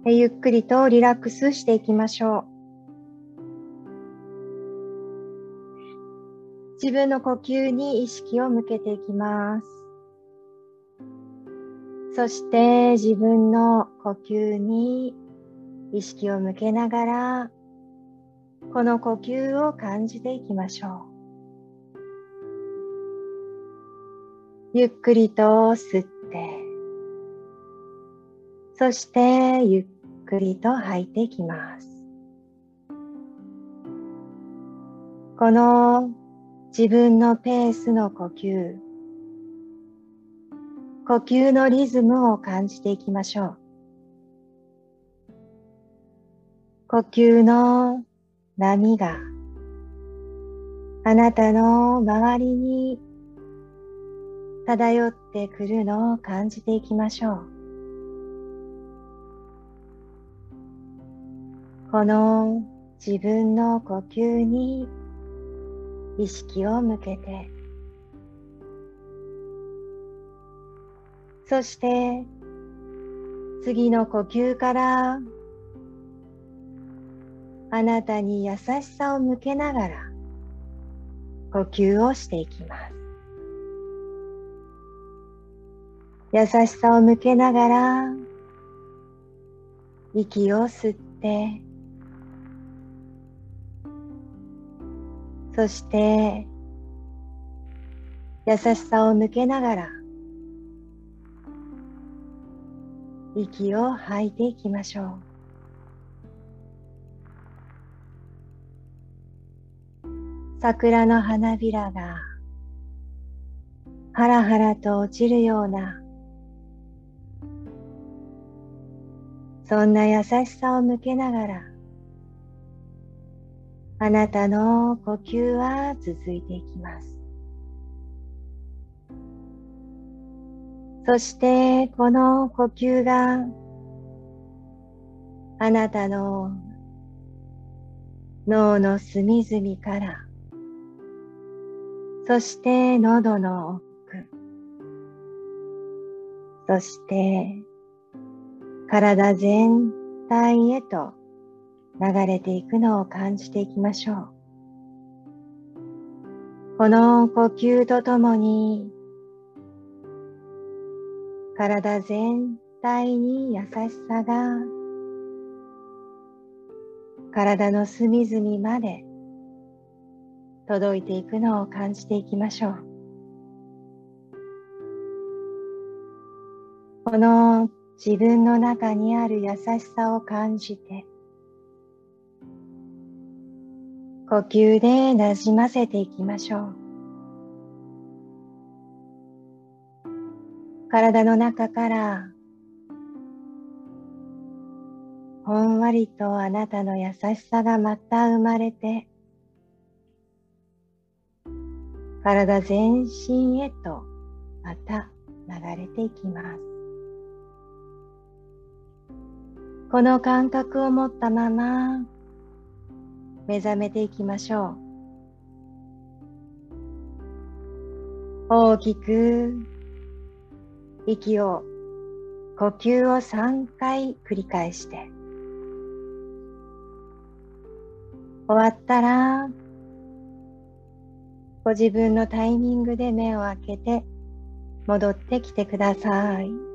ゆっくりとリラックスしていきましょう。自分の呼吸に意識を向けていきます。そして自分の呼吸に意識を向けながら、この呼吸を感じていきましょう。ゆっくりと吸って、そしてゆっくりと吐いていきます。この自分のペースの呼吸のリズムを感じていきましょう。呼吸の波があなたの周りに漂ってくるのを感じていきましょう。この自分の呼吸に意識を向けて、そして次の呼吸からあなたに優しさを向けながら呼吸をしていきます。優しさを向けながら息を吸って、そして優しさを向けながら息を吐いていきましょう。桜の花びらがハラハラと落ちるような、そんな優しさを向けながら、あなたの呼吸は続いていきます。そしてこの呼吸があなたの脳の隅々から、そして喉の奥、そして体全体へと流れていくのを感じていきましょう。この呼吸とともに体全体に優しさが体の隅々まで届いていくのを感じていきましょう。この自分の中にある優しさを感じて、呼吸でなじませていきましょう。体の中からほんわりとあなたの優しさがまた生まれて、体全身へとまた流れていきます。この感覚を持ったまま目覚めていきましょう。大きく息を、呼吸を3回繰り返して、終わったらご自分のタイミングで目を開けて戻ってきてください。